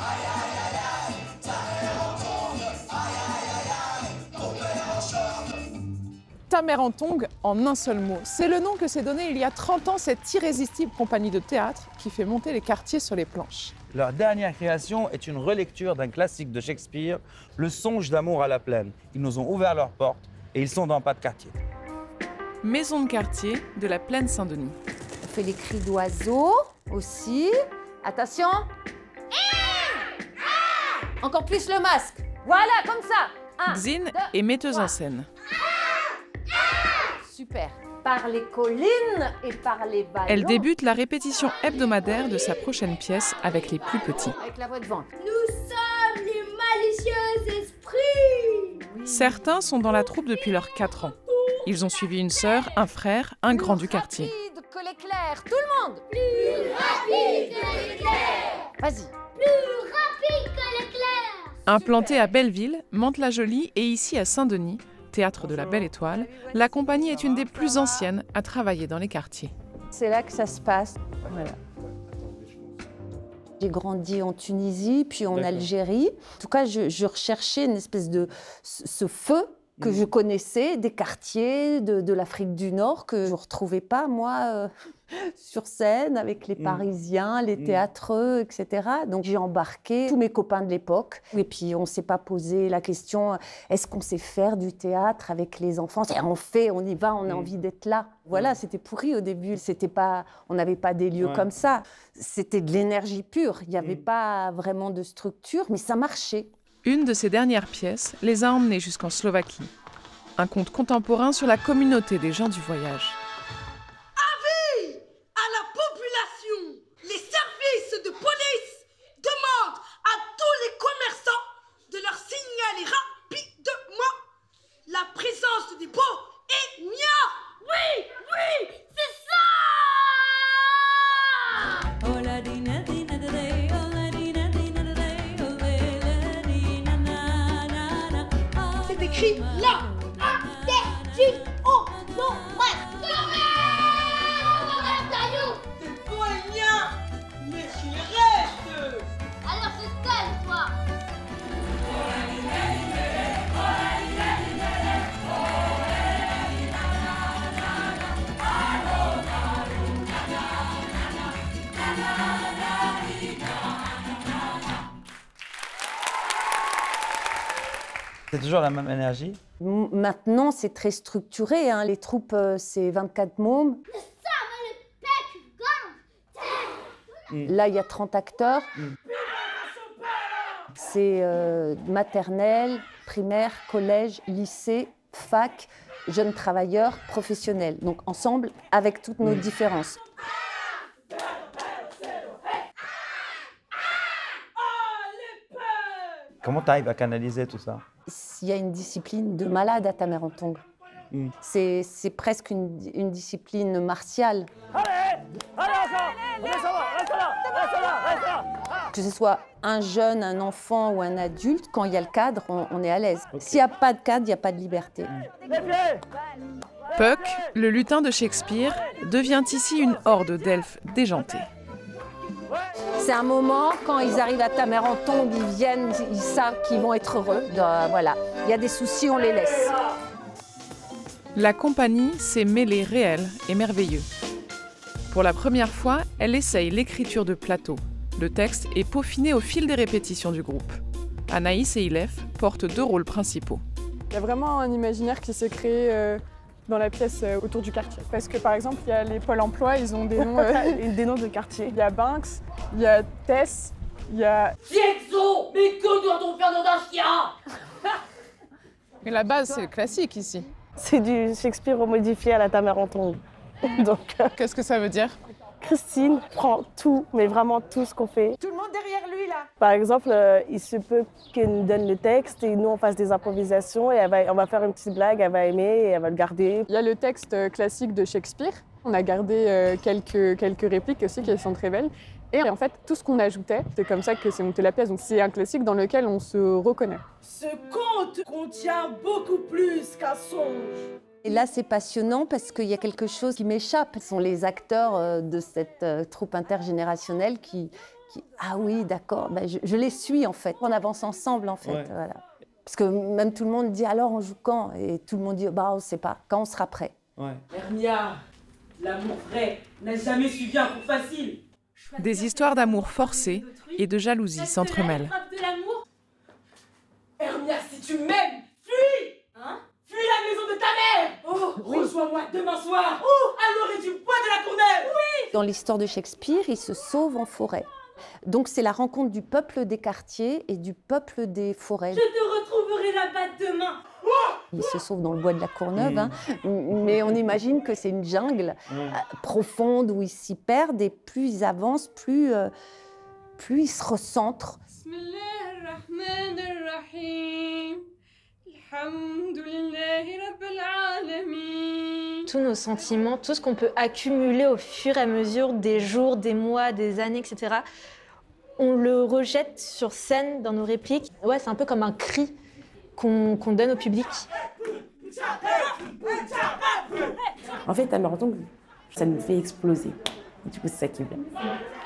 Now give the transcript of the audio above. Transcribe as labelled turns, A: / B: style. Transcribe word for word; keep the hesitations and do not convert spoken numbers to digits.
A: Ta mère en tongue en un seul mot. C'est le nom que s'est donné il y a trente ans cette irrésistible compagnie de théâtre qui fait monter les quartiers sur les planches.
B: Leur dernière création est une relecture d'un classique de Shakespeare, Le songe d'amour à la plaine. Ils nous ont ouvert leurs portes et ils sont dans Pas de quartier.
A: Maison de quartier de la Plaine Saint-Denis.
C: On fait les cris d'oiseaux aussi. Attention. Encore plus le masque. Voilà, comme ça. Un,
A: Xin
C: deux,
A: est metteuse
C: trois.
A: en scène.
C: Super. Par les collines et par les ballons.
A: Elle débute la répétition hebdomadaire de sa prochaine pièce avec les plus petits.
C: Avec la voix de vent.
D: Nous sommes les malicieux esprits.
A: Certains sont dans la troupe depuis leurs quatre ans. Ils ont suivi une sœur, un frère, un grand du quartier.
C: Plus rapide que l'éclair, tout le monde.
D: Plus rapide que l'éclair.
C: Vas-y.
D: Plus rapide que l'éclair.
A: Implantée à Belleville, Mantes-la-Jolie et ici à Saint-Denis, théâtre de la Belle Étoile, la compagnie est une des plus anciennes à travailler dans les quartiers.
C: C'est là que ça se passe. Voilà. J'ai grandi en Tunisie, puis en Algérie. En tout cas, je, je recherchais une espèce de ce, ce feu que mmh. je connaissais des quartiers de, de l'Afrique du Nord que je ne retrouvais pas, moi, euh, sur scène, avec les mmh. Parisiens, les mmh. théâtreux, et cetera. Donc j'ai embarqué tous mes copains de l'époque. Et puis on ne s'est pas posé la question, est-ce qu'on sait faire du théâtre avec les enfants? On fait, on y va, on a mmh. envie d'être là. Voilà, c'était pourri au début. C'était pas, on n'avait pas des lieux ouais. comme ça. C'était de l'énergie pure. Il n'y avait mmh. pas vraiment de structure, mais ça marchait.
A: Une de ses dernières pièces les a emmenés jusqu'en Slovaquie. Un conte contemporain sur la communauté des gens du voyage.
E: Avis à la population! Les services de police demandent à tous les commerçants de leur signaler rapidement la présence des pots et nia! Oui, oui, c'est ça! C'est écrit là! Interdit au nomade! C'est bohémien! Mais j'y reste!
D: Alors c'est tel, toi.
B: C'est toujours la même énergie?
C: Maintenant, c'est très structuré. Hein. Les troupes, euh, c'est vingt-quatre mômes. Mm. Là, il y a trente acteurs. Mm. C'est euh, maternelle, primaire, collège, lycée, fac, jeunes travailleurs, professionnels. Donc ensemble, avec toutes nos mm. différences.
B: Comment tu arrives à canaliser tout ça?
C: Il y a une discipline de malade à ta mère en tongue. Mm. C'est presque une, une discipline martiale.
F: Allez, allez, allez, allez, ça va, reste là, reste là, reste là.
C: Que ce soit un jeune, un enfant ou un adulte, quand il y a le cadre, on, on est à l'aise. Okay. S'il n'y a pas de cadre, il n'y a pas de liberté.
A: Puck, le lutin de Shakespeare, devient ici une horde d'elfes déjantés.
C: C'est un moment, quand ils arrivent à ta mère en tongue, ils viennent, ils savent qu'ils vont être heureux. De, voilà. Il y a des soucis, on les laisse.
A: La compagnie s'est mêlée réel et merveilleux. Pour la première fois, elle essaye l'écriture de plateau. Le texte est peaufiné au fil des répétitions du groupe. Anaïs et Ilef portent deux rôles principaux.
G: Il y a vraiment un imaginaire qui s'est créé euh, dans la pièce euh, autour du quartier. Parce que par exemple, il y a les pôles emploi, ils ont des noms, euh, des noms de quartiers. Il y a Banks, il y a Tess, il y a...
E: Fiexo, mais que doit-on faire dans un chien?
A: Mais la base, c'est le classique ici.
H: C'est du Shakespeare remodifié à la ta mère en tongue. Donc, euh...
A: qu'est-ce que ça veut dire?
H: Christine prend tout, mais vraiment tout ce qu'on fait.
E: Tout le monde derrière lui, là.
H: Par exemple, euh, il se peut qu'elle nous donne le texte et nous, on fasse des improvisations et elle va, on va faire une petite blague, elle va aimer et elle va le garder.
G: Il y a le texte classique de Shakespeare. On a gardé euh, quelques, quelques répliques aussi qui sont très belles. Et en fait, tout ce qu'on ajoutait, c'est comme ça que c'est monté la pièce. Donc c'est un classique dans lequel on se reconnaît.
E: Ce conte contient beaucoup plus qu'un songe.
C: Et là, c'est passionnant parce qu'il y a quelque chose qui m'échappe. Ce sont les acteurs de cette troupe intergénérationnelle qui, qui, ah oui, d'accord, ben je, je les suis en fait. On avance ensemble en fait,
B: Ouais.
C: voilà. Parce que même tout le monde dit alors on joue quand? Et tout le monde dit bah on sait pas, quand on sera prêt.
B: Ouais.
I: Hermia, l'amour vrai n'a jamais suivi un cours facile.
A: Des histoires d'amour forcé et de jalousie s'entremêlent.
I: De l'amour. Hermia, si tu m'aimes, fuis hein? Fuis la maison de ta mère. Oh, oui. Rejoins-moi demain soir oh, à l'orée du bois de la Courneuve. Oui.
C: Dans l'histoire de Shakespeare, il se sauve en forêt. Donc c'est la rencontre du peuple des quartiers et du peuple des forêts.
I: Je te retrouverai là-bas demain.
C: Il se sauve dans le bois de la Courneuve, mmh. hein, mais on imagine que c'est une jungle mmh. euh, profonde où ils s'y perdent et plus ils avancent, plus, euh, plus ils se recentrent.
J: Tous nos sentiments, tout ce qu'on peut accumuler au fur et à mesure des jours, des mois, des années, et cetera, on le rejette sur scène dans nos répliques. Ouais, c'est un peu comme un cri qu'on qu'on donne au public.
H: En fait, à Marathon, ça nous fait exploser. Du coup, c'est ça qui me plaît.